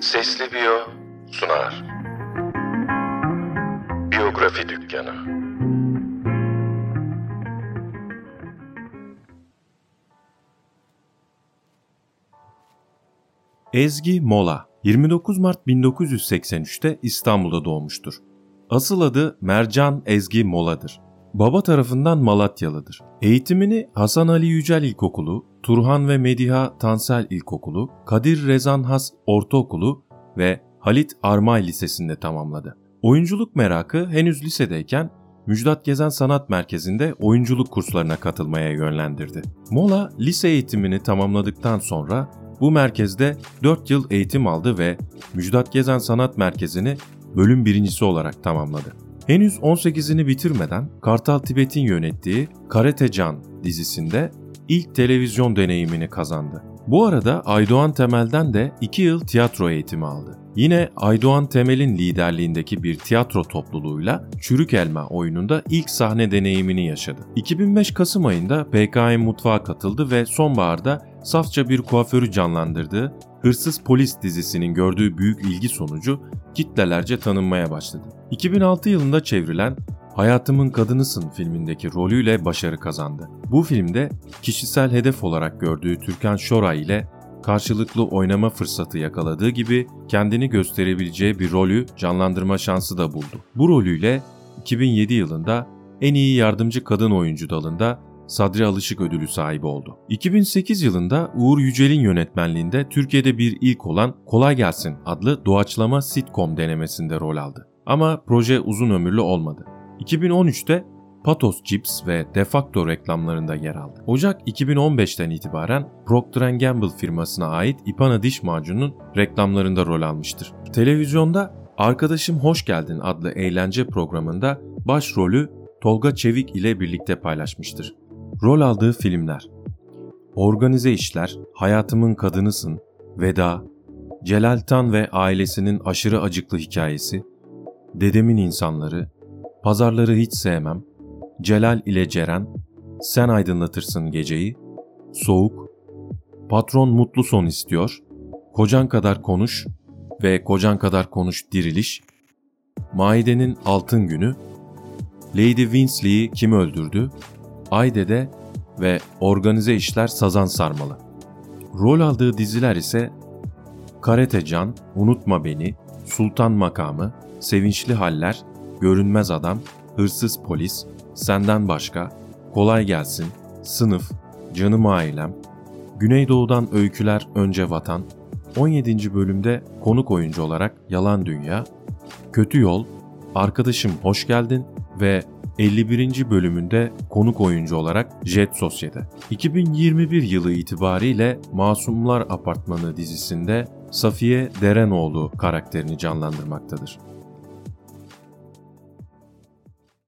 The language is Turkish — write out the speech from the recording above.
Sesli Biyo sunar. Biyografi Dükkanı. Ezgi Mola, 29 Mart 1983'te İstanbul'da doğmuştur. Asıl adı Mercan Ezgi Mola'dır. Baba tarafından Malatyalıdır. Eğitimini Hasan Ali Yücel İlkokulu, Turhan ve Mediha Tansel İlkokulu, Kadir Rezan Has Ortaokulu ve Halit Armay Lisesi'nde tamamladı. Oyunculuk merakı henüz lisedeyken Müjdat Gezen Sanat Merkezi'nde oyunculuk kurslarına katılmaya yönlendirdi. Mola lise eğitimini tamamladıktan sonra bu merkezde 4 yıl eğitim aldı ve Müjdat Gezen Sanat Merkezi'ni bölüm birincisi olarak tamamladı. Henüz 18'ini bitirmeden Kartal Tibet'in yönettiği Karate Can dizisinde ilk televizyon deneyimini kazandı. Bu arada Aydoğan Temel'den de 2 yıl tiyatro eğitimi aldı. Yine Aydoğan Temel'in liderliğindeki bir tiyatro topluluğuyla Çürük Elma oyununda ilk sahne deneyimini yaşadı. 2005 Kasım ayında PKM Mutfağa katıldı ve sonbaharda safça bir kuaförü canlandırdığı Hırsız Polis dizisinin gördüğü büyük ilgi sonucu kitlelerce tanınmaya başladı. 2006 yılında çevrilen Hayatımın Kadınısın filmindeki rolüyle başarı kazandı. Bu filmde kişisel hedef olarak gördüğü Türkan Şoray ile karşılıklı oynama fırsatı yakaladığı gibi kendini gösterebileceği bir rolü canlandırma şansı da buldu. Bu rolüyle 2007 yılında en iyi yardımcı kadın oyuncu dalında Sadri Alışık ödülü sahibi oldu. 2008 yılında Uğur Yücel'in yönetmenliğinde Türkiye'de bir ilk olan Kolay Gelsin adlı doğaçlama sitcom denemesinde rol aldı. Ama proje uzun ömürlü olmadı. 2013'te Patos Cips ve Defacto reklamlarında yer aldı. Ocak 2015'ten itibaren Procter & Gamble firmasına ait Ipana diş macununun reklamlarında rol almıştır. Televizyonda Arkadaşım Hoş Geldin adlı eğlence programında başrolü Tolga Çevik ile birlikte paylaşmıştır. Rol aldığı filmler: Organize İşler, Hayatımın Kadınısın, Veda, Celal Tan ve ailesinin aşırı acıklı hikayesi, Dedemin İnsanları, Pazarları Hiç Sevmem, Celal ile Ceren, Sen Aydınlatırsın Geceyi, Soğuk, Patron Mutlu Son İstiyor, Kocan Kadar Konuş ve Kocan Kadar Konuş Diriliş, Maide'nin Altın Günü, Lady Winsley'i Kim Öldürdü, Aydede ve Organize İşler Sazan Sarmalı. Rol aldığı diziler ise Karate Can, Unutma Beni, Sultan Makamı, Sevinçli Haller, Görünmez Adam, Hırsız Polis, Senden Başka, Kolay Gelsin, Sınıf, Canım Ailem, Güneydoğu'dan Öyküler Önce Vatan, 17. bölümde konuk oyuncu olarak Yalan Dünya, Kötü Yol, Arkadaşım Hoş Geldin ve 51. bölümünde konuk oyuncu olarak Jet Sosyete. 2021 yılı itibariyle Masumlar Apartmanı dizisinde Safiye Derenoğlu karakterini canlandırmaktadır.